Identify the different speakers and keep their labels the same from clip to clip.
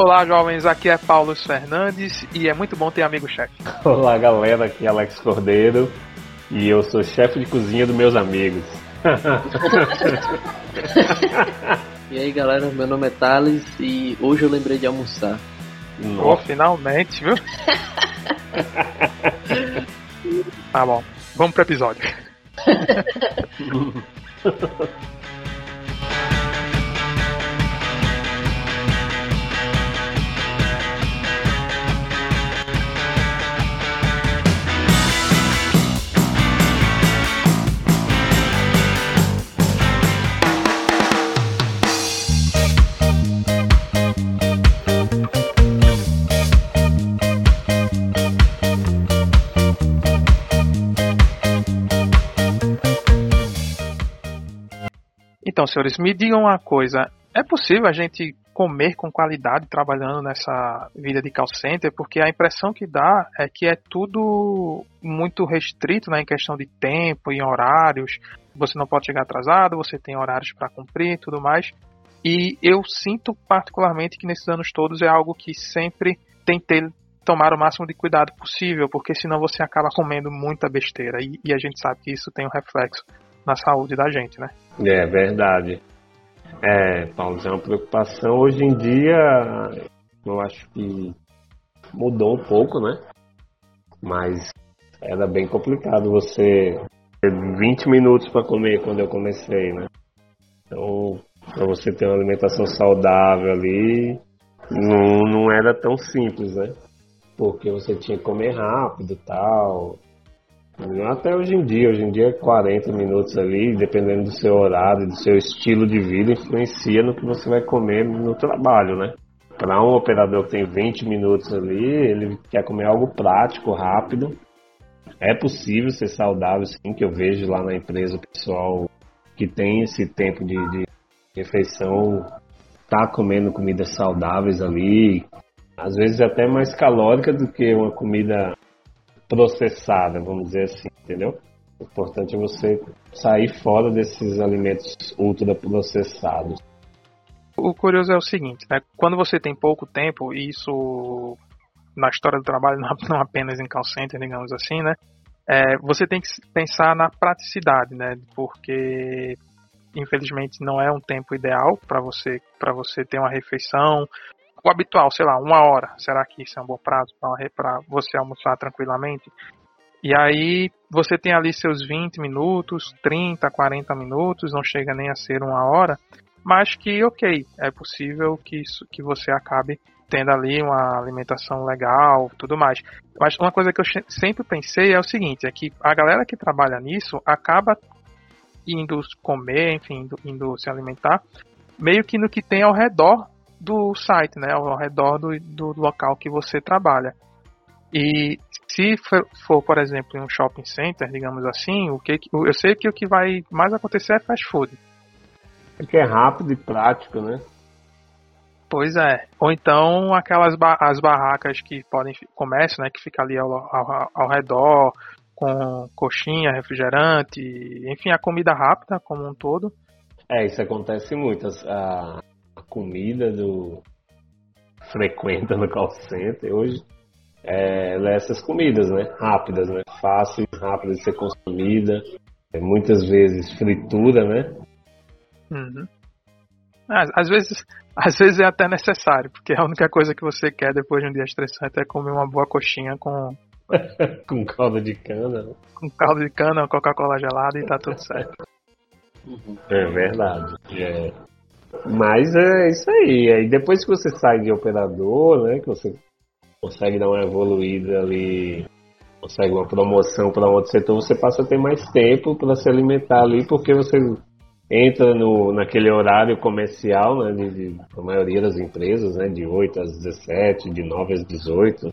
Speaker 1: Olá, jovens, aqui é Paulo Fernandes e é muito bom ter amigo chefe.
Speaker 2: Olá, galera, aqui é Alex Cordeiro e eu sou chefe de cozinha dos meus amigos.
Speaker 3: E aí, galera, meu nome é Thales e hoje eu lembrei de almoçar.
Speaker 1: Pô, finalmente, viu? Tá bom, vamos pro episódio. Então, senhores, me digam uma coisa. É possível a gente comer com qualidade trabalhando nessa vida de call center? Porque a impressão que dá é que é tudo muito restrito, né, em questão de tempo, em horários. Você não pode chegar atrasado, você tem horários para cumprir e tudo mais. E eu sinto particularmente que nesses anos todos é algo que sempre tentei tomar o máximo de cuidado possível, porque senão você acaba comendo muita besteira. E a gente sabe que isso tem um reflexo na saúde da gente, né?
Speaker 2: É verdade. Paulo, é uma preocupação. Hoje em dia, eu acho que mudou um pouco, né? Mas era bem complicado você ter 20 minutos para comer quando eu comecei, né? Então, para você ter uma alimentação saudável ali, não era tão simples, né? Porque você tinha que comer rápido e tal. Até hoje em dia é 40 minutos ali, dependendo do seu horário, do seu estilo de vida, influencia no que você vai comer no trabalho, né? Para um operador que tem 20 minutos ali, ele quer comer algo prático, rápido. É possível ser saudável, sim, que eu vejo lá na empresa o pessoal que tem esse tempo de refeição, tá comendo comidas saudáveis ali, às vezes até mais calórica do que uma comida processada, vamos dizer assim, entendeu? O importante é você sair fora desses alimentos ultraprocessados.
Speaker 1: O curioso é o seguinte, né? Quando você tem pouco tempo, e isso na história do trabalho, não apenas em call center, digamos assim, né? Você tem que pensar na praticidade, né? Porque infelizmente não é um tempo ideal para você ter uma refeição. O habitual, sei lá, 1 hora. Será que isso é um bom prazo para você almoçar tranquilamente? E aí você tem ali seus 20 minutos, 30, 40 minutos, não chega nem a ser 1 hora, mas que, ok, é possível que você acabe tendo ali uma alimentação legal, tudo mais. Mas uma coisa que eu sempre pensei é o seguinte, é que a galera que trabalha nisso acaba indo comer, enfim, indo se alimentar, meio que no que tem ao redor do site, né, ao redor do local que você trabalha. E se for, por exemplo, em um shopping center, digamos assim, eu sei que o que vai mais acontecer é fast food.
Speaker 2: Porque é rápido e prático, né?
Speaker 1: Pois é. Ou então as barracas que comércio, né, que fica ali ao redor, com coxinha, refrigerante, enfim, a comida rápida como um todo.
Speaker 2: Isso acontece muito. A comida frequenta no call center hoje essas comidas, né? Rápidas, né? Fácil e rápida de ser consumida. Muitas vezes fritura, né?
Speaker 1: Uhum. Às vezes é até necessário, porque a única coisa que você quer depois de um dia estressante é comer uma boa coxinha com
Speaker 2: com caldo de cana, né?
Speaker 1: Com caldo de cana, Coca-Cola gelada e tá tudo certo.
Speaker 2: É verdade. Mas é isso aí. Aí depois que você sai de operador, né, que você consegue dar uma evoluída ali, consegue uma promoção para outro setor, você passa a ter mais tempo para se alimentar ali, porque você entra naquele horário comercial, né, a maioria das empresas, né, de 8 às 17, de 9 às 18.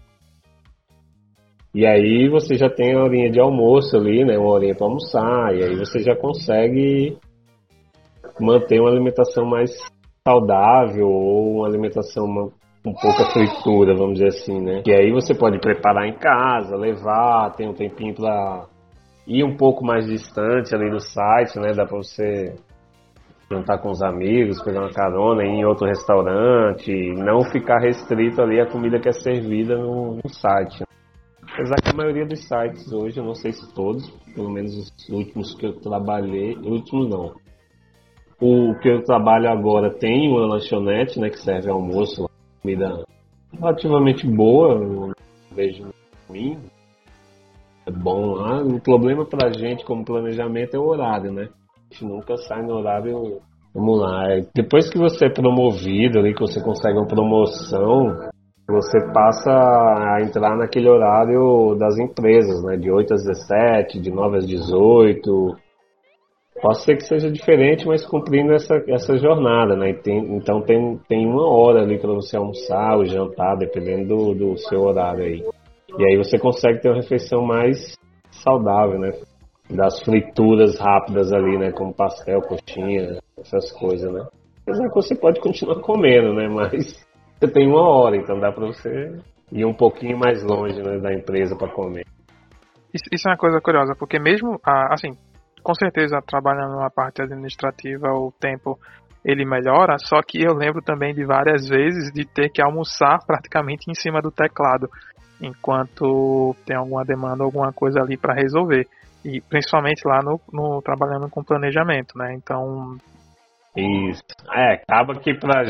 Speaker 2: E aí você já tem a horinha de almoço ali, né, uma horinha para almoçar, e aí você já consegue manter uma alimentação mais saudável ou uma alimentação com pouca fritura, vamos dizer assim, né? E aí você pode preparar em casa, levar, tem um tempinho para ir um pouco mais distante ali do site, né? Dá para você jantar com os amigos, pegar uma carona, ir em outro restaurante, não ficar restrito ali à comida que é servida no site. Apesar que a maioria dos sites hoje, eu não sei se todos, pelo menos os últimos que eu trabalhei, últimos não. O que eu trabalho agora tem uma lanchonete, né, que serve almoço, comida relativamente boa, eu não vejo ruim, é bom lá. O problema pra gente como planejamento é o horário, né? A gente nunca sai no horário. Vamos lá, depois que você é promovido ali, que você consegue uma promoção, você passa a entrar naquele horário das empresas, né? De 8 às 17, de 9 às 18. Pode ser que seja diferente, mas cumprindo essa jornada, né? Então tem uma hora ali para você almoçar ou jantar, dependendo do seu horário aí. E aí você consegue ter uma refeição mais saudável, né? Das frituras rápidas ali, né? Como pastel, coxinha, essas coisas, né? Apesar que você pode continuar comendo, né? Mas você tem uma hora, então dá para você ir um pouquinho mais longe, né, da empresa para comer.
Speaker 1: Isso é uma coisa curiosa, porque mesmo, assim, com certeza trabalhando na parte administrativa o tempo ele melhora, só que eu lembro também de várias vezes de ter que almoçar praticamente em cima do teclado, enquanto tem alguma demanda, alguma coisa ali para resolver. E principalmente lá no trabalhando com planejamento, né? Então...
Speaker 2: Isso. Acaba que pra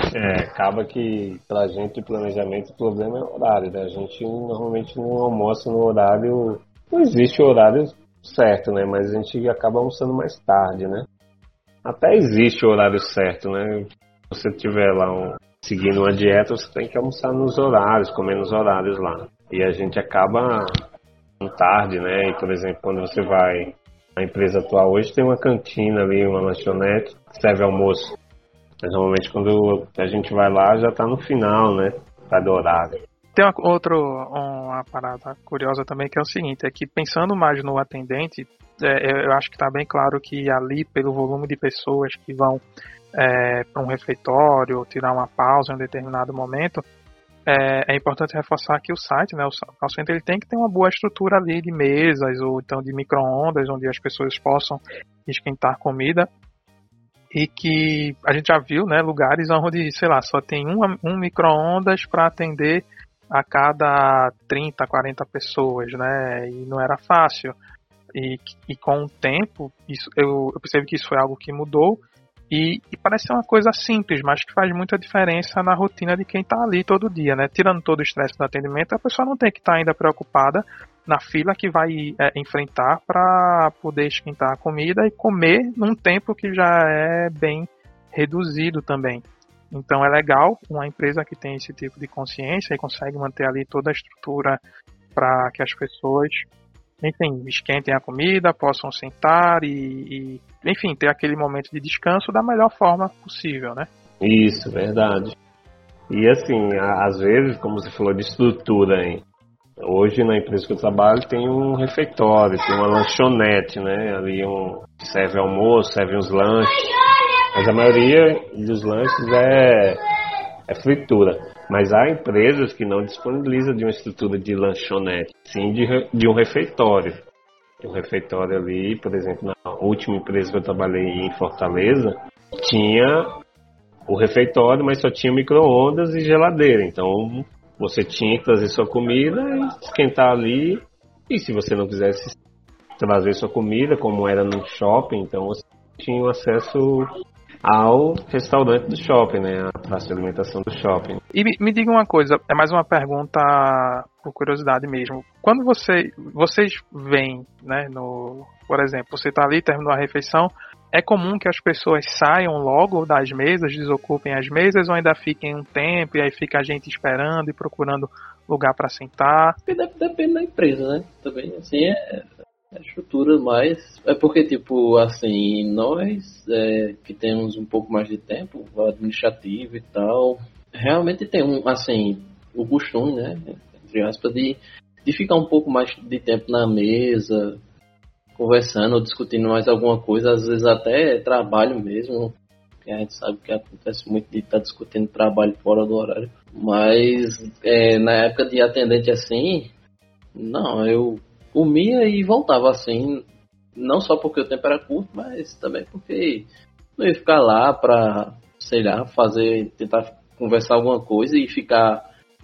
Speaker 2: gente o planejamento, o problema é o horário, né? A gente normalmente não almoça no horário, não existe o horário certo, né? Mas a gente acaba almoçando mais tarde, né? Até existe o horário certo, né? Se você estiver lá seguindo uma dieta, você tem que almoçar nos horários, comer nos horários lá. E a gente acaba tarde, né? E, por exemplo, quando você vai na empresa atual, hoje tem uma cantina ali, uma lanchonete, que serve almoço. Mas normalmente quando a gente vai lá, já tá no final, né? Tá do horário.
Speaker 1: Tem uma parada curiosa também, que é o seguinte, é que pensando mais no atendente, eu acho que está bem claro que ali, pelo volume de pessoas que vão para um refeitório, tirar uma pausa em um determinado momento, é importante reforçar que o site, né, o call center, ele tem que ter uma boa estrutura ali de mesas, ou então de micro-ondas, onde as pessoas possam esquentar comida, e que a gente já viu, né, lugares onde, sei lá, só tem um micro-ondas para atender a cada 30, 40 pessoas, né, e não era fácil. E com o tempo, eu percebi que isso foi algo que mudou, e parece ser uma coisa simples, mas que faz muita diferença na rotina de quem está ali todo dia, né? Tirando todo o estresse do atendimento, a pessoa não tem que estar ainda preocupada na fila que vai enfrentar para poder esquentar a comida e comer num tempo que já é bem reduzido também. Então é legal uma empresa que tem esse tipo de consciência e consegue manter ali toda a estrutura para que as pessoas, enfim, esquentem a comida, possam sentar e, enfim, ter aquele momento de descanso da melhor forma possível, né?
Speaker 2: Isso, verdade. E assim, às vezes, como você falou de estrutura, hein? Hoje na empresa que eu trabalho tem um refeitório, tem uma lanchonete, né? Ali serve almoço, serve uns lanches. Mas a maioria dos lanches é fritura. Mas há empresas que não disponibilizam de uma estrutura de lanchonete, sim de um refeitório. Um refeitório ali, por exemplo, na última empresa que eu trabalhei em Fortaleza, tinha o refeitório, mas só tinha micro-ondas e geladeira. Então você tinha que trazer sua comida e esquentar ali. E se você não quisesse trazer sua comida, como era no shopping, então você tinha acesso ao restaurante do shopping, né? A praça de alimentação do shopping.
Speaker 1: E me diga uma coisa, é mais uma pergunta por curiosidade mesmo. Quando vocês veem, né, por exemplo, você está ali, terminou a refeição, é comum que as pessoas saiam logo das mesas, desocupem as mesas, ou ainda fiquem um tempo e aí fica a gente esperando e procurando lugar para sentar?
Speaker 3: Depende da empresa, né? Também, assim, a estrutura mais... É porque, tipo, assim, nós que temos um pouco mais de tempo, o administrativo e tal, realmente tem assim, o costume, né? Entre aspas, de ficar um pouco mais de tempo na mesa, conversando ou discutindo mais alguma coisa, às vezes até trabalho mesmo, que a gente sabe que acontece muito de estar discutindo trabalho fora do horário. Mas na época de atendente assim, não, eu comia e voltava assim, não só porque o tempo era curto, mas também porque Não ia ficar lá pra, sei lá, tentar conversar alguma coisa e ficar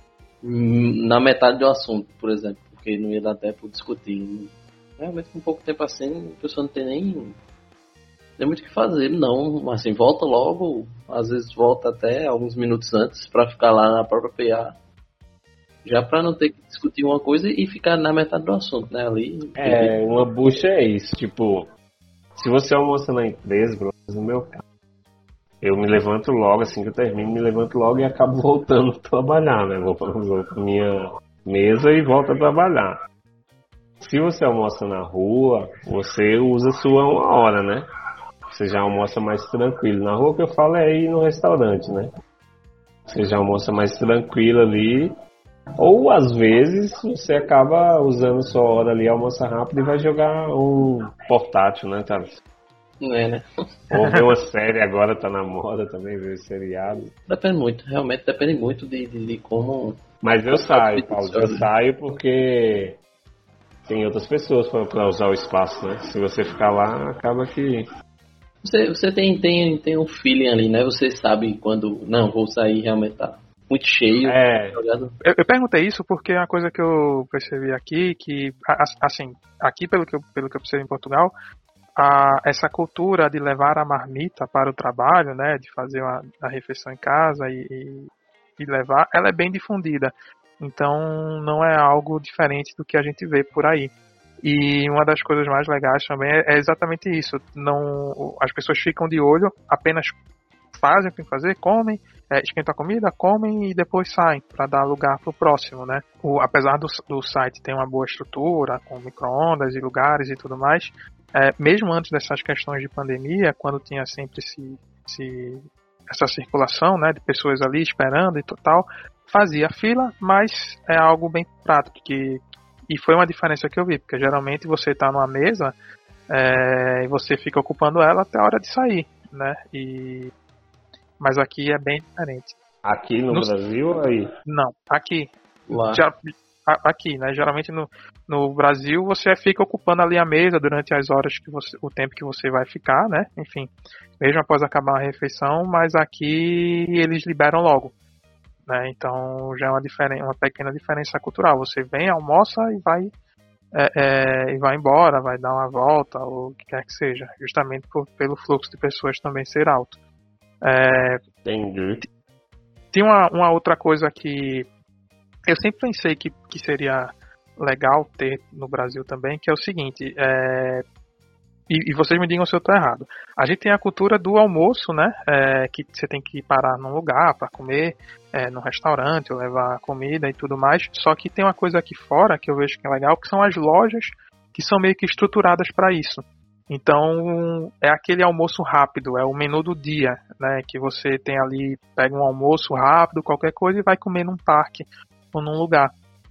Speaker 3: na metade do assunto, por exemplo, porque não ia dar tempo de discutir. Realmente com pouco tempo assim, a pessoa não tem nem muito o que fazer, não. Assim, volta logo, às vezes volta até alguns minutos antes pra ficar lá na própria PA. Já pra não ter que discutir uma coisa e ficar na metade do assunto, né? Ali.
Speaker 2: Uma bucha é isso, tipo, se você almoça na empresa, pelo menos no meu caso, eu me levanto logo, assim que eu termino, me levanto logo e acabo voltando a trabalhar, né? Vou pra minha mesa e volto a trabalhar. Se você almoça na rua, você usa sua 1 hora, né? Você já almoça mais tranquilo. Na rua que eu falo é ir no restaurante, né? Você já almoça mais tranquilo ali. Ou às vezes você acaba usando sua hora ali, almoça rápido e vai jogar um portátil, né, cara?
Speaker 3: Não é, né?
Speaker 2: Ou ver uma série agora, tá na moda também, ver seriado.
Speaker 3: Depende muito, realmente depende muito de como.
Speaker 2: Mas eu saio, Paulo, eu saio porque tem outras pessoas pra usar o espaço, né? Se você ficar lá, acaba que...
Speaker 3: Você tem um feeling ali, né? Você sabe quando, não, vou sair, realmente tá muito cheio.
Speaker 1: Eu perguntei isso porque é uma coisa que eu percebi aqui, que, assim, aqui pelo que eu percebi em Portugal, essa cultura de levar a marmita para o trabalho, né, de fazer a refeição em casa e levar, ela é bem difundida. Então não é algo diferente do que a gente vê por aí. E uma das coisas mais legais também é exatamente isso. As pessoas ficam de olho, apenas fazem o que tem que fazer, comem, esquentam a comida, comem e depois saem para dar lugar para o próximo, né? Apesar do site ter uma boa estrutura, com micro-ondas e lugares e tudo mais, mesmo antes dessas questões de pandemia, quando tinha sempre essa circulação, né, de pessoas ali esperando e tal, fazia fila, mas é algo bem prático, e foi uma diferença que eu vi, porque geralmente você está numa mesa e você fica ocupando ela até a hora de sair, né? Mas aqui é bem diferente.
Speaker 2: Aqui no Brasil ou aí?
Speaker 1: Não, aqui.
Speaker 3: Lá.
Speaker 1: Aqui, né? Geralmente no Brasil você fica ocupando ali a mesa durante as horas o tempo que você vai ficar, né? Enfim, mesmo após acabar a refeição, mas aqui eles liberam logo, né? Então já é uma pequena diferença cultural. Você vem, almoça e vai embora, vai dar uma volta ou o que quer que seja, justamente pelo fluxo de pessoas também ser alto.
Speaker 2: Entendi.
Speaker 1: Tem uma outra coisa que eu sempre pensei que seria legal ter no Brasil também, que é o seguinte, e vocês me digam se eu estou errado. A gente tem a cultura do almoço, né? Que você tem que parar num lugar para comer, num restaurante, ou levar comida e tudo mais. Só que tem uma coisa aqui fora que eu vejo que é legal, que são as lojas que são meio que estruturadas para isso. Então, é aquele almoço rápido, é o menu do dia, né? Que você tem ali, pega um almoço rápido, qualquer coisa, e vai comer num parque ou num lugar.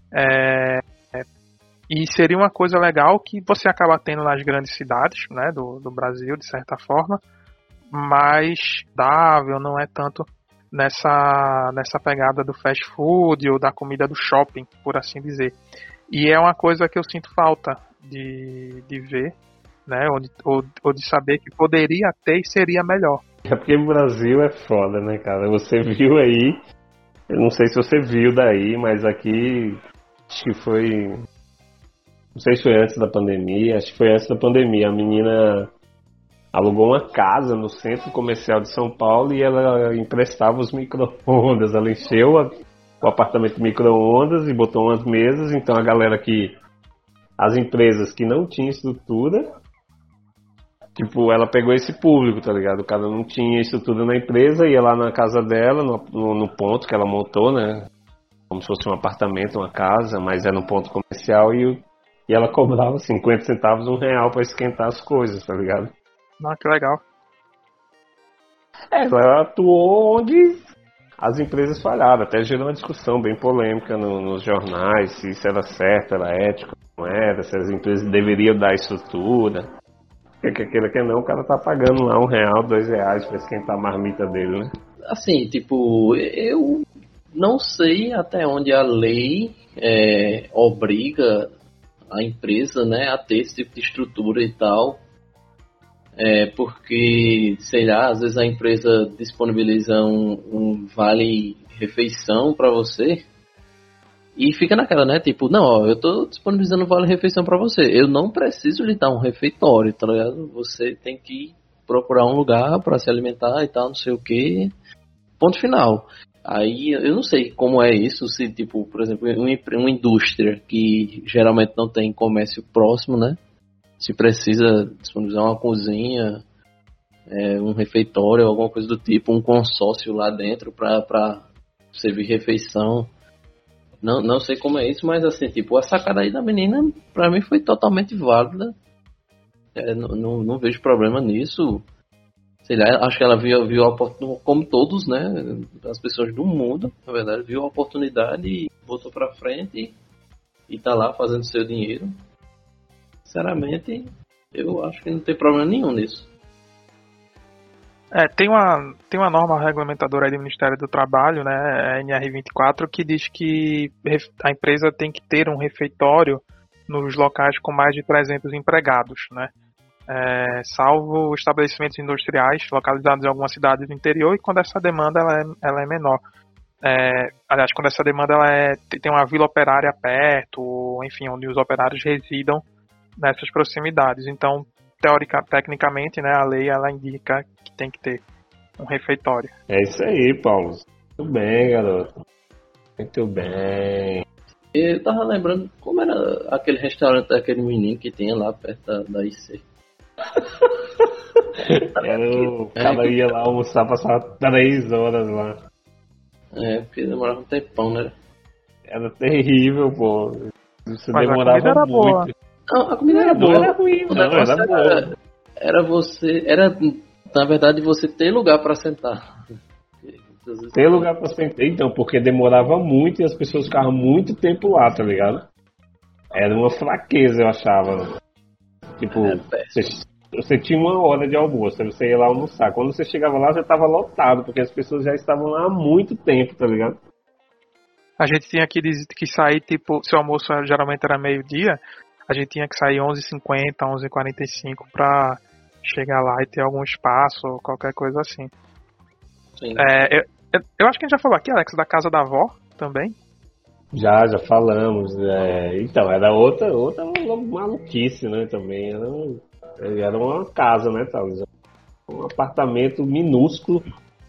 Speaker 1: E seria uma coisa legal que você acaba tendo nas grandes cidades, né? Do Brasil, de certa forma, mas dável, não é tanto nessa pegada do fast food ou da comida do shopping, por assim dizer. E é uma coisa que eu sinto falta de ver, né? Ou de saber que poderia ter e seria melhor.
Speaker 2: É porque o Brasil é foda, né, cara? Você viu aí, eu não sei se você viu daí, mas aqui acho que foi, não sei se foi antes da pandemia, acho que foi antes da pandemia. A menina alugou uma casa no centro comercial de São Paulo e ela emprestava os micro-ondas. Ela encheu o apartamento de micro-ondas e botou umas mesas. Então a galera as empresas que não tinham estrutura, tipo, ela pegou esse público, tá ligado? O cara não tinha estrutura na empresa, ia lá na casa dela, no ponto que ela montou, né? Como se fosse um apartamento, uma casa, mas era um ponto comercial e ela cobrava 50 centavos, R$1 pra esquentar as coisas, tá ligado?
Speaker 1: Ah, que legal.
Speaker 2: Ela atuou onde as empresas falharam, até gerou uma discussão bem polêmica nos jornais, se isso era certo, era ético, não era, se as empresas deveriam dar estrutura. Porque aquilo que não, o cara tá pagando lá R$1, R$2 pra esquentar a marmita dele, né?
Speaker 3: Assim, tipo, eu não sei até onde a lei obriga a empresa, né, a ter esse tipo de estrutura e tal. Porque, sei lá, às vezes a empresa disponibiliza um vale refeição para você e fica naquela, né? Tipo, não, ó, eu tô disponibilizando um vale refeição para você. Eu não preciso lhe dar um refeitório, tá ligado? Você tem que procurar um lugar para se alimentar e tal, não sei o que. Ponto final. Aí eu não sei como é isso, se tipo, por exemplo, uma indústria que geralmente não tem comércio próximo, né? Se precisa disponibilizar uma cozinha, um refeitório, alguma coisa do tipo, um consórcio lá dentro para servir refeição. Não sei como é isso, mas assim, tipo, a sacada aí da menina pra mim foi totalmente válida. Não vejo problema nisso. Sei lá, acho que ela viu a oportunidade, como todos, né? As pessoas do mundo, na verdade, viu a oportunidade e botou pra frente e tá lá fazendo seu dinheiro. Sinceramente, eu acho que não tem problema nenhum nisso.
Speaker 1: Tem uma norma regulamentadora aí do Ministério do Trabalho, né, a NR24, que diz que a empresa tem que ter um refeitório nos locais com mais de 300 empregados, né, salvo estabelecimentos industriais localizados em alguma cidade do interior e quando essa demanda ela é menor. Aliás, quando essa demanda tem uma vila operária perto, ou, enfim, onde os operários residam nessas proximidades. Então, tecnicamente, né, a lei ela indica que tem que ter um refeitório.
Speaker 2: É isso aí, Paulo. Muito bem, garoto. Muito bem.
Speaker 3: Eu tava lembrando como era aquele restaurante daquele menino que tinha lá perto da IC.
Speaker 2: O cara ia lá almoçar, passava 3 horas lá.
Speaker 3: Porque demorava um tempão, né?
Speaker 2: Era terrível, pô. Isso
Speaker 1: Mas
Speaker 2: demorava
Speaker 1: a comida era
Speaker 2: muito.
Speaker 1: Boa.
Speaker 3: Não, a comida era boa.
Speaker 2: Não era ruim, não, era boa.
Speaker 3: Era, na verdade, você ter lugar pra sentar.
Speaker 2: Ter lugar pra sentar, então, porque demorava muito e as pessoas ficavam muito tempo lá, tá ligado? Era uma fraqueza, eu achava. Tipo, você tinha 1 hora de almoço, você ia lá almoçar. Quando você chegava lá, já tava lotado, porque as pessoas já estavam lá há muito tempo, tá ligado?
Speaker 1: A gente tinha que sair, tipo, se o almoço geralmente era meio-dia, a gente tinha que sair 11h50, 11h45 pra chegar lá e ter algum espaço ou qualquer coisa assim.
Speaker 3: Sim.
Speaker 1: Eu acho que a gente já falou aqui, Alex, da casa da avó também.
Speaker 2: Já falamos. Então, era outra maluquice, né? Também era uma casa, né, Thales? Um apartamento minúsculo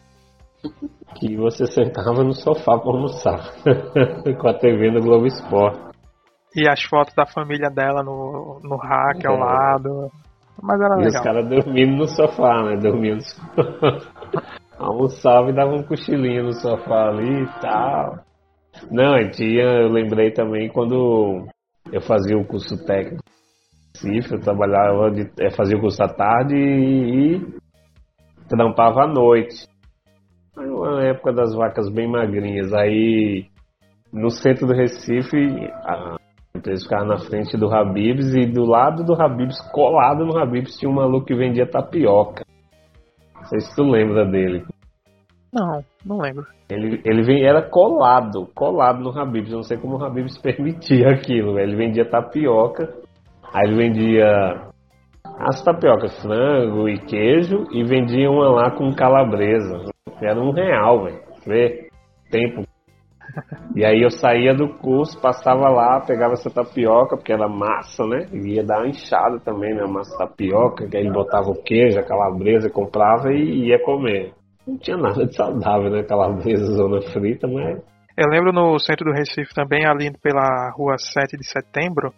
Speaker 2: que você sentava no sofá para almoçar com a TV no Globo Esporte.
Speaker 1: E as fotos da família dela no rack ao lado. Mas era legal.
Speaker 2: E os caras dormindo no sofá, né? Dormindo no sofá. Almoçava e dava um cochilinho no sofá ali e tal. Não, eu lembrei também quando eu fazia o curso técnico em Recife, eu trabalhava, fazia o curso à tarde e trampava à noite. Aí uma época das vacas bem magrinhas, aí no centro do Recife, a empresa ficava na frente do Habib's e do lado do Habib's, colado no Habib's, tinha um maluco que vendia tapioca. Não sei se tu lembra dele.
Speaker 1: Não lembro.
Speaker 2: Ele era colado no Habib's. Eu não sei como o Habib's permitia aquilo. Ele vendia tapioca. Aí ele vendia as tapiocas, frango e queijo. E vendia uma lá com calabresa. Era R$1, velho. Vê? Tempo. E aí eu saía do curso, passava lá, pegava essa tapioca, porque era massa, né? E ia dar uma inchada também, né? Massa tapioca. Que aí ele botava o queijo, a calabresa, comprava e ia comer. Não tinha nada de saudável, né? Calabresa, zona frita, mas...
Speaker 1: Eu lembro no centro do Recife também, ali pela rua 7 de setembro,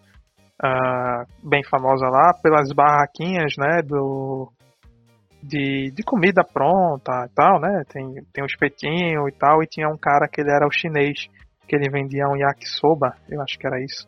Speaker 1: bem famosa lá, pelas barraquinhas, né, de comida pronta e tal, né? Tem um espetinho e tal, e tinha um cara que ele era o chinês, que ele vendia um yakisoba, eu acho que era isso.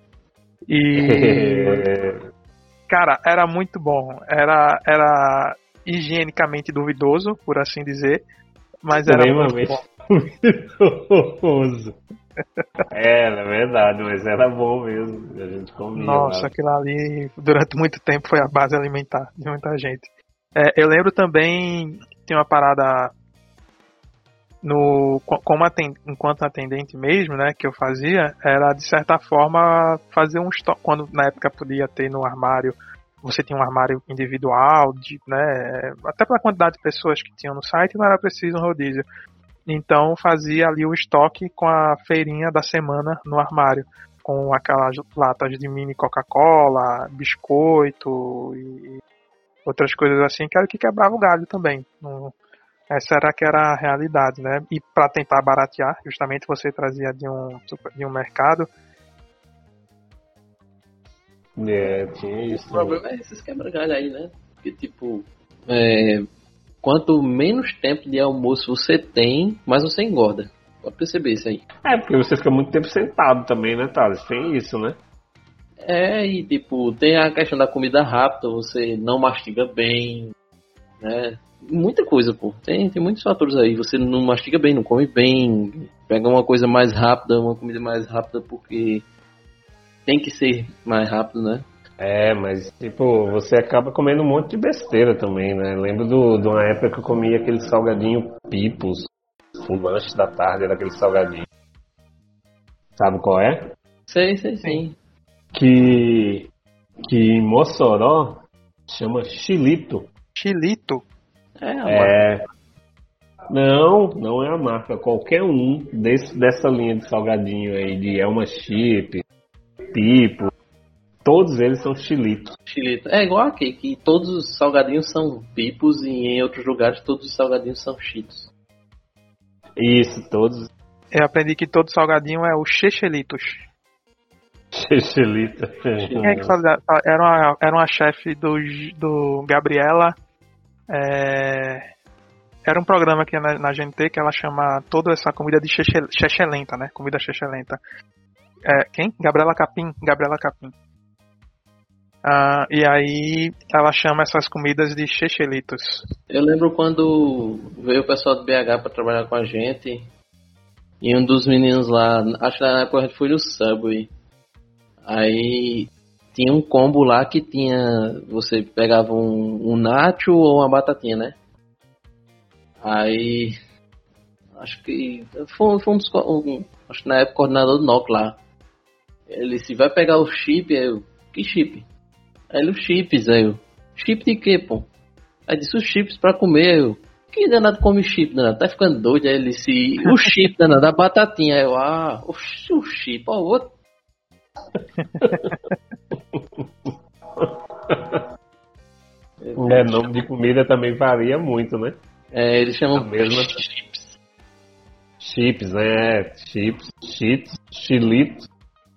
Speaker 1: E... cara, era muito bom. Era higienicamente duvidoso, por assim dizer, mas era muito bom.
Speaker 2: Duvidoso. Era verdade, mas era bom mesmo. A gente comia.
Speaker 1: Nossa,
Speaker 2: lá.
Speaker 1: aquilo ali durante muito tempo foi a base alimentar de muita gente. Eu lembro também que tem uma parada enquanto atendente mesmo, né, que eu fazia, era de certa forma fazer quando na época podia ter no armário você tinha um armário individual, né, até pela quantidade de pessoas que tinham no site, não era preciso um rodízio. Então fazia ali o estoque com a feirinha da semana no armário, com aquelas latas de mini Coca-Cola, biscoito e outras coisas assim, que era o que quebrava o galho também. Essa era que era a realidade, né? E para tentar baratear, justamente você trazia de um mercado.
Speaker 2: Tinha isso.
Speaker 3: O problema é esses quebra-galho aí, né? Porque, tipo, quanto menos tempo de almoço você tem, mais você engorda. Pode perceber isso aí.
Speaker 2: Porque você fica muito tempo sentado também, né, Thales? Tem isso, né?
Speaker 3: E tipo, tem a questão da comida rápida, você não mastiga bem, né? Muita coisa, pô. Tem muitos fatores aí. Você não mastiga bem, não come bem, pega uma coisa mais rápida, uma comida mais rápida porque tem que ser mais rápido, né?
Speaker 2: Mas tipo, você acaba comendo um monte de besteira também, né? Lembro de uma época que eu comia aquele salgadinho Pipos, o lanche da tarde era aquele salgadinho. Sabe qual é?
Speaker 3: Sei, sim.
Speaker 2: Que em Mossoró chama Chilito.
Speaker 1: Chilito?
Speaker 3: Marca.
Speaker 2: Não é a marca. Qualquer um dessa linha de salgadinho aí, de Elma Chip, Pipo, todos eles são Chilitos.
Speaker 3: Chilito. É igual aqui, que todos os salgadinhos são pipos e em outros lugares todos os salgadinhos são cheetos.
Speaker 2: Isso, todos.
Speaker 1: Eu aprendi que todo salgadinho é o Chechelitos.
Speaker 2: Chilito.
Speaker 1: Quem é que fazia? Era uma chefe do Gabriela. Era um programa aqui na GNT que ela chama toda essa comida de chechelenta, né? Comida chechelenta. Quem? Gabriela Capim. E aí ela chama essas comidas de chechelitos.
Speaker 3: Eu lembro quando veio o pessoal do BH pra trabalhar com a gente e um dos meninos lá, acho que na época a gente foi no Subway. Aí tinha um combo lá que tinha, você pegava um nacho ou uma batatinha, né? Aí acho que foi acho que na época o coordenador do NOC lá. Ele disse, vai pegar o chip? Aí eu, que chip? Aí ele, os chips, aí eu, chip de quê, pô? Aí disse, os chips pra comer, eu, que danado come chip, danado, tá ficando doido? Aí ele disse, o chip, danado, a batatinha, aí eu, o chip, ó, outro.
Speaker 2: Nome de comida também varia muito, né?
Speaker 3: Eles chamam
Speaker 2: mesma
Speaker 3: chips.
Speaker 2: Chips, né? Chips, cheats, chilitos.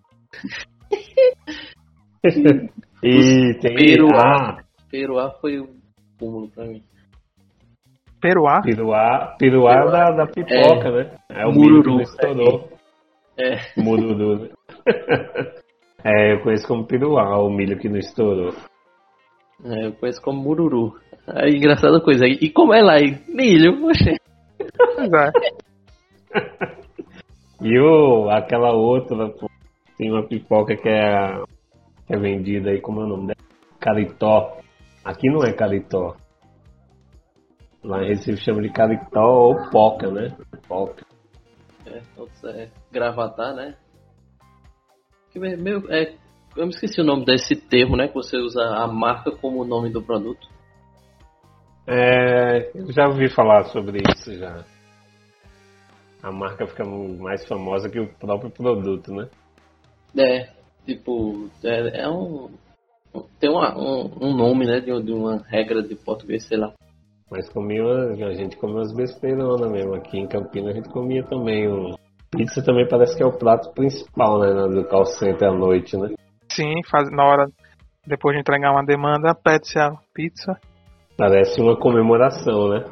Speaker 2: E tem
Speaker 3: Peruá foi o cúmulo pra mim.
Speaker 1: Peruá?
Speaker 2: Peruá da pipoca, né? É o milho que não estourou. Mururu, né? Eu conheço como peruá, o milho que não estourou.
Speaker 3: Eu conheço como mururu. Aí, engraçada coisa. E como é lá? Milho, poxa.
Speaker 1: Pois é.
Speaker 2: E aquela outra, tem uma pipoca que é vendida aí, como é o nome dela? Caritó. Aqui não é caritó. Lá em Recife chama de caritó ou poca, né? Poca.
Speaker 3: Gravatar, né? Eu me esqueci o nome desse termo, né? Que você usa a marca como o nome do produto.
Speaker 2: Eu já ouvi falar sobre isso já. A marca fica mais famosa que o próprio produto, né?
Speaker 3: Tem um nome, né? De uma regra de português, sei lá.
Speaker 2: Mas a gente comia umas besteironas mesmo. Aqui em Campinas a gente comia também pizza também parece que é o prato principal, né? Do call center à noite, né?
Speaker 1: Sim, na hora, depois de entregar uma demanda, pede-se a pizza.
Speaker 2: Parece uma comemoração, né?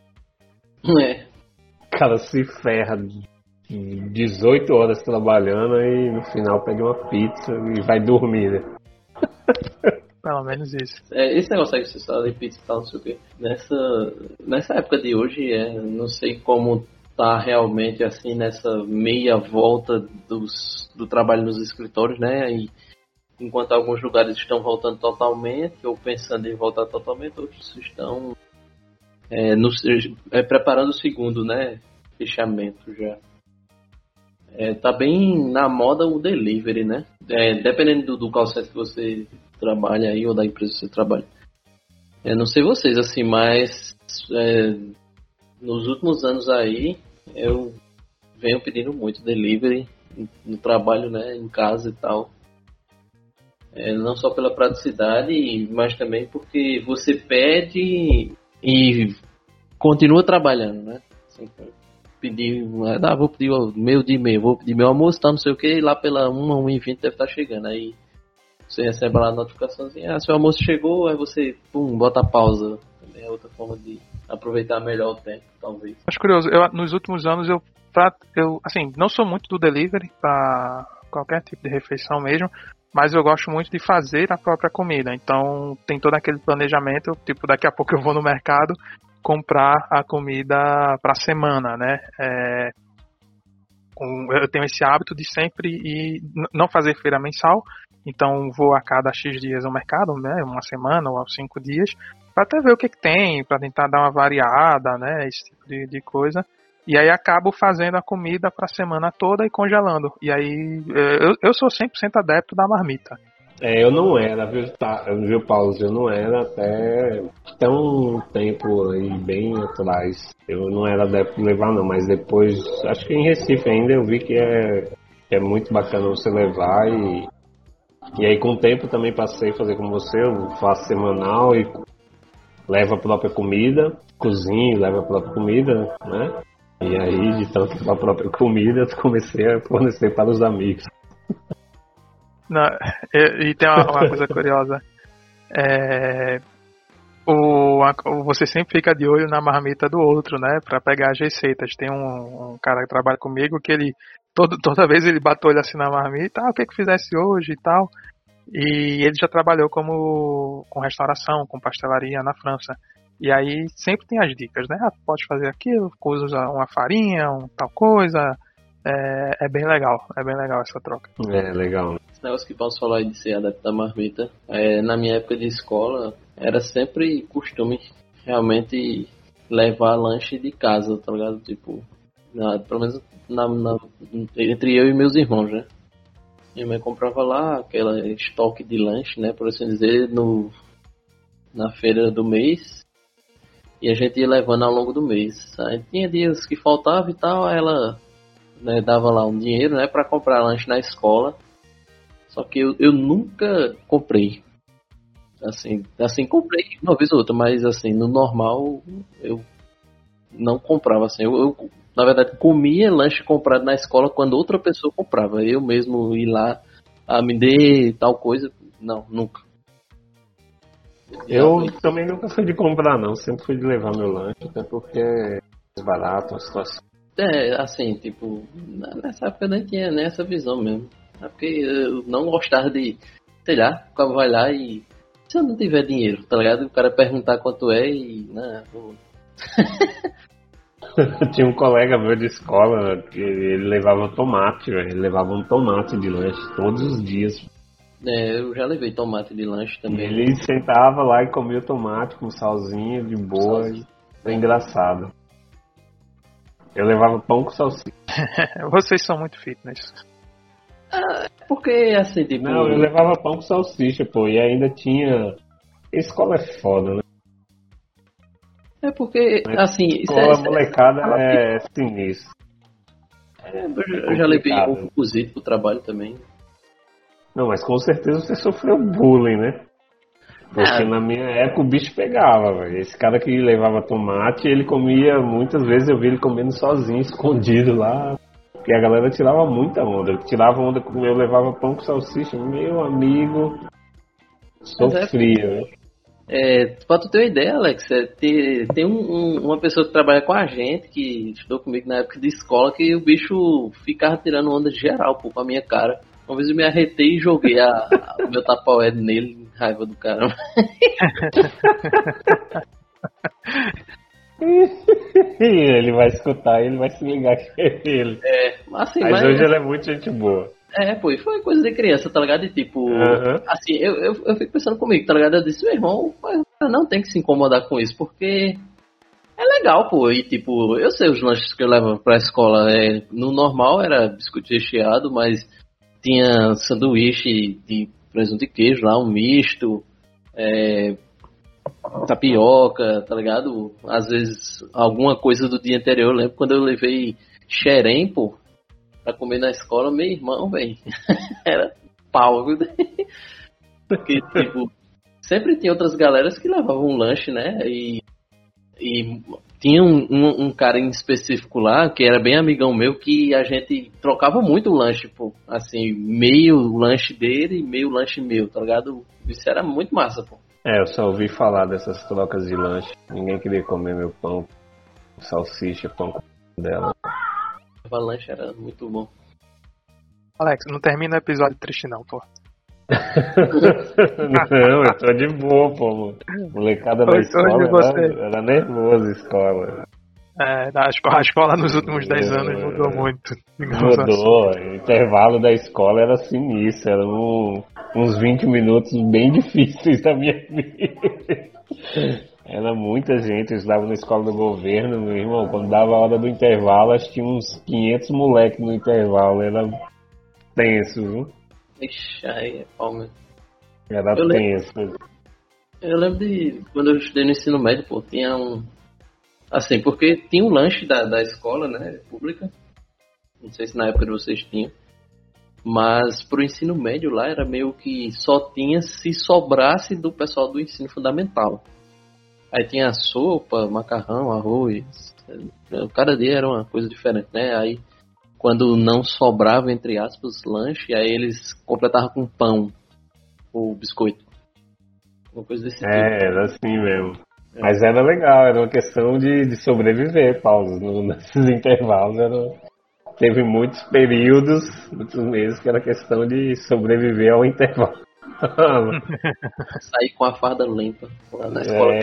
Speaker 2: O cara se ferra 18 horas trabalhando e no final pede uma pizza e vai dormir, né?
Speaker 1: Pelo menos isso.
Speaker 3: Esse negócio aí que vocês falam de pizza e tal, não sei o quê. Nessa época de hoje, não sei como tá realmente assim nessa meia volta do trabalho nos escritórios, né? E enquanto alguns lugares estão voltando totalmente ou pensando em voltar totalmente, outros estão preparando o segundo, né? Fechamento já. Tá bem na moda o delivery, né? Dependendo do call center que você trabalha aí, ou da empresa que você trabalha. Eu não sei vocês, assim, mas nos últimos anos aí, eu venho pedindo muito delivery no trabalho, né, em casa e tal. Não só pela praticidade, mas também porque você pede e continua trabalhando, né? Assim, vou pedir o meio-dia e meio, vou pedir meu almoço, tá, não sei o que, e lá pela 1h20 deve estar chegando. Aí você recebe lá a notificaçãozinha, seu almoço chegou, aí você, bota a pausa. Também é outra forma de aproveitar melhor o tempo, talvez.
Speaker 1: Acho curioso, nos últimos anos eu assim, não sou muito do delivery para qualquer tipo de refeição mesmo, mas eu gosto muito de fazer a própria comida. Então tem todo aquele planejamento, tipo, daqui a pouco eu vou no mercado comprar a comida para a semana, né? Eu tenho esse hábito de sempre não fazer feira mensal, então vou a cada X dias ao mercado, né? Uma semana ou 5 dias, para até ver o que tem, para tentar dar uma variada, né? Esse tipo de coisa. E aí acabo fazendo a comida para a semana toda e congelando. E aí eu sou 100% adepto da marmita.
Speaker 2: Eu não era, viu, Paulo? Eu não era até um tempo aí bem atrás. Eu não era adepto de levar, não. Mas depois, acho que em Recife ainda eu vi que é muito bacana você levar. E aí com o tempo também passei a fazer como você. Eu faço semanal e levo a própria comida, cozinho, levo a própria comida, né? E aí, de tanto a própria comida, eu comecei a fornecer para os amigos.
Speaker 1: Não, e tem uma coisa curiosa. Você sempre fica de olho na marmita do outro, né? Pra pegar as receitas. Tem um cara que trabalha comigo que ele toda vez ele bate o olho assim na marmita, o que fizesse hoje e tal. E ele já trabalhou com restauração, com pastelaria na França. E aí sempre tem as dicas, né? Pode fazer aquilo, usa uma farinha, tal coisa. É bem legal essa troca.
Speaker 2: É legal.
Speaker 3: Esse negócio que posso falar aí de ser adepto da marmita, na minha época de escola, era sempre costume realmente levar lanche de casa, tá ligado? Tipo, pelo menos entre eu e meus irmãos, né? Minha mãe comprava lá aquela estoque de lanche, né? Por assim dizer, na feira do mês. E a gente ia levando ao longo do mês. Aí tinha dias que faltava e tal, aí ela, né, dava lá um dinheiro, né, para comprar lanche na escola. Só que eu nunca comprei. Assim, comprei uma vez ou outra, mas assim, no normal eu não comprava. Assim, eu na verdade comia lanche comprado na escola quando outra pessoa comprava. Eu mesmo ir lá, me dê tal coisa, não, nunca.
Speaker 2: Eu também nunca fui de comprar, não. Sempre fui de levar meu lanche, até porque é mais barato a situação.
Speaker 3: Assim, tipo, nessa época eu nem tinha nessa visão mesmo. É porque eu não gostava de, sei lá, o cara vai lá e, se eu não tiver dinheiro, tá ligado? O cara perguntar quanto é e,
Speaker 2: Tinha um colega meu de escola que ele levava tomate, velho. Ele levava um tomate de lanche todos os dias.
Speaker 3: Eu já levei tomate de lanche também.
Speaker 2: Ele sentava lá e comia o tomate com salsinha de boa. Foi engraçado. Eu levava pão com salsicha.
Speaker 1: Vocês são muito fitness.
Speaker 3: Porque assim, tipo...
Speaker 2: Não, eu levava pão com salsicha, pô. E ainda tinha... Escola é foda, né?
Speaker 3: É porque, assim...
Speaker 2: Escola molecada é sinistro.
Speaker 3: Eu já levei ovo cozido pro trabalho também.
Speaker 2: Não, mas com certeza você sofreu bullying, né? Porque na minha época o bicho pegava, velho. Esse cara que levava tomate, ele comia, muitas vezes eu vi ele comendo sozinho, escondido lá. Porque a galera tirava muita onda. Ele tirava onda comigo, eu levava pão com salsicha. Meu amigo, sofria, né?
Speaker 3: Pra tu ter uma ideia, Alex, tem uma pessoa que trabalha com a gente, que estudou comigo na época de escola, que o bicho ficava tirando onda geral, pô, com a minha cara. Uma vez eu me arretei e joguei o meu tapaué nele, raiva do caramba.
Speaker 2: Ele vai escutar, ele vai se ligar que é ele.
Speaker 3: Assim,
Speaker 2: mas hoje ele é muito gente boa.
Speaker 3: Pô, e foi coisa de criança, tá ligado? E tipo, assim, eu fico pensando comigo, tá ligado? Eu disse, meu irmão, o cara não tem que se incomodar com isso, porque é legal, pô. E tipo, eu sei os lanches que eu levo pra escola, no normal era biscoito recheado, mas tinha sanduíche de presunto e queijo lá, um misto, tapioca, tá ligado? Às vezes alguma coisa do dia anterior. Eu lembro quando eu levei xerém, pô, pra comer na escola, meu irmão, velho, era pau, viu? Porque, tipo, sempre tinha outras galeras que levavam um lanche, né? E tinha um cara em específico lá, que era bem amigão meu, que a gente trocava muito o lanche, pô. Assim, meio lanche dele e meio lanche meu, tá ligado? Isso era muito massa, pô.
Speaker 2: Eu só ouvi falar dessas trocas de lanche. Ninguém queria comer meu pão, salsicha, pão com dela.
Speaker 3: O lanche era muito bom.
Speaker 1: Alex, não termina o episódio triste não, pô.
Speaker 2: Não, eu tô de boa, pô. Molecada da escola era nervoso a escola.
Speaker 1: A escola nos últimos 10 anos mudou muito.
Speaker 2: Mudou. Assim. O intervalo da escola era sinistro. Eram uns 20 minutos bem difíceis da minha vida. Era muita gente. Eu estava na escola do governo, meu irmão. Quando dava a hora do intervalo, acho que tinha uns 500 moleques no intervalo. Era tenso, viu?
Speaker 3: Ixi, aí é palma.
Speaker 2: Era tenso.
Speaker 3: Eu lembro de quando eu estudei no ensino médio, pô, tinha um. Assim, porque tinha um lanche da escola, né, pública. Não sei se na época de vocês tinham. Mas pro ensino médio lá era meio que só tinha se sobrasse do pessoal do ensino fundamental. Aí tinha sopa, macarrão, arroz. Cada dia era uma coisa diferente, né? Aí quando não sobrava, entre aspas, lanche, aí eles completavam com pão ou biscoito. Uma coisa desse tipo.
Speaker 2: Era assim mesmo. Mas era legal, era uma questão de sobreviver, Paulo. Nesses intervalos teve muitos períodos, muitos meses, que era questão de sobreviver ao intervalo.
Speaker 3: Sair com a farda limpa lá na escola.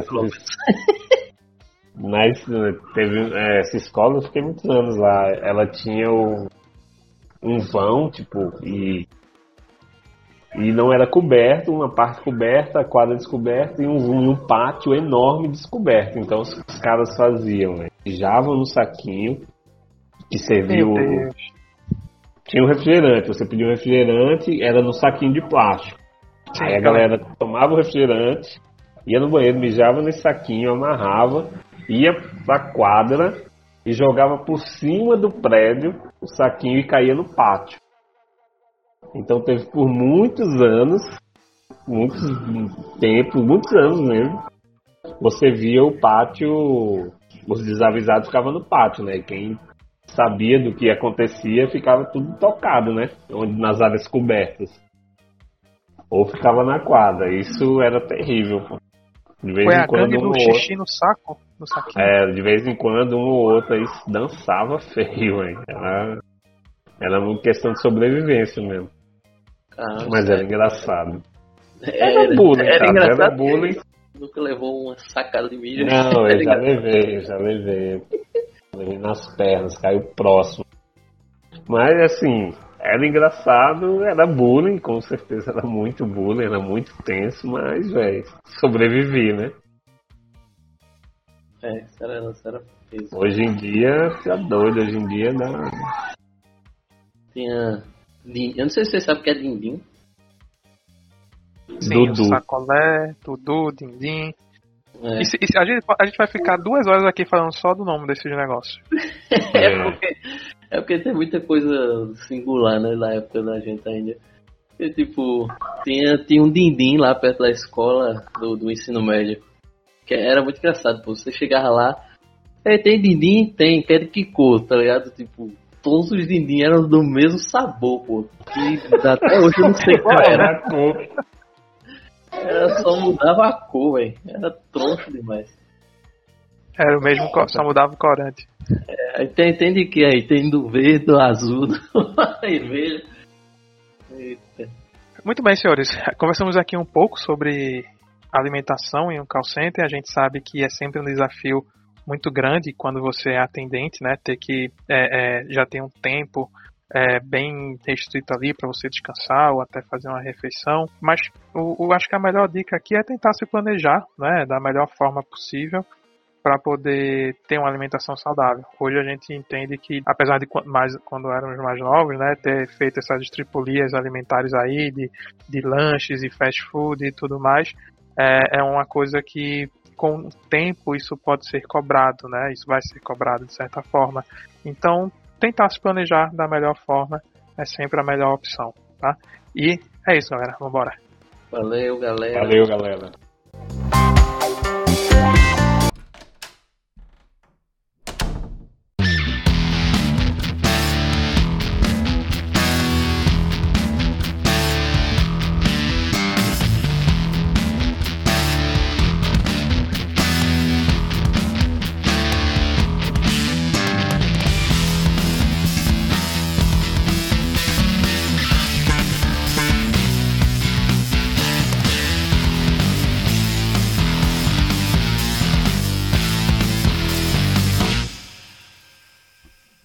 Speaker 2: Mas teve essa escola, eu fiquei muitos anos lá. Ela tinha um vão, tipo, e não era coberto, uma parte coberta, a quadra descoberta e um pátio enorme descoberto. Então os caras faziam, mijavam no saquinho que servia tinha um refrigerante, você pedia um refrigerante, era no saquinho de plástico. Sim, aí a galera tomava o refrigerante, ia no banheiro, mijava nesse saquinho, amarrava, ia pra quadra e jogava por cima do prédio o saquinho e caía no pátio. Então teve por muitos anos, muitos anos mesmo, você via o pátio, os desavisados ficavam no pátio, né? Quem sabia do que acontecia ficava tudo tocado, né? Nas áreas cobertas. Ou ficava na quadra. Isso era terrível, pô. De vez
Speaker 1: Foi
Speaker 2: em
Speaker 1: a
Speaker 2: quando
Speaker 1: gangue do xixi no saco? No saquinho?
Speaker 2: De vez em quando um ou outro aí dançava feio, hein? Era uma questão de sobrevivência mesmo. Mas era engraçado. Era bullying,
Speaker 3: era engraçado.
Speaker 2: Era bullying.
Speaker 3: Nunca levou uma sacada de mídia.
Speaker 2: Não, eu já levei. Levei nas pernas, caiu próximo. Mas assim, era engraçado, era bullying, com certeza era muito bullying, era muito tenso, mas, velho, sobrevivi, né?
Speaker 3: Isso era peso.
Speaker 2: Hoje em dia, tá doido, hoje em dia dá.
Speaker 3: Tinha. Eu não sei se você sabe o que é din-din.
Speaker 1: Sim, Dudu. Sacolé, Dudu, din-din. A gente vai ficar 2 horas aqui falando só do nome desse negócio.
Speaker 3: Porque tem muita coisa singular, né, na época da gente ainda. E, tipo, tinha um din-din lá perto da escola do ensino médio. Que era muito engraçado, pô. Você chegava lá, tem din-din? Tem, quero que cor, tá ligado? Tipo, todos os din-din eram do mesmo sabor, pô. Que até hoje eu não sei qual era a cor. Só mudava a cor, velho. Era troncho demais.
Speaker 1: Era o mesmo, só mudava o corante.
Speaker 3: Tem de que aí? Tem do verde, do azul, do vermelho. Eita.
Speaker 1: Muito bem, senhores. Conversamos aqui um pouco sobre alimentação em um call center. A gente sabe que é sempre um desafio muito grande quando você é atendente, né? Ter que já ter um tempo bem restrito ali para você descansar ou até fazer uma refeição, mas eu acho que a melhor dica aqui é tentar se planejar, né, da melhor forma possível para poder ter uma alimentação saudável. Hoje a gente entende que, apesar de quando éramos mais novos, né, ter feito essas estripulias alimentares aí, de lanches e fast food e tudo mais, é uma coisa que com o tempo isso pode ser cobrado, né? Isso vai ser cobrado de certa forma. Então, tentar se planejar da melhor forma é sempre a melhor opção, tá? E é isso, galera. Vambora.
Speaker 3: Valeu, galera.
Speaker 2: Valeu, galera.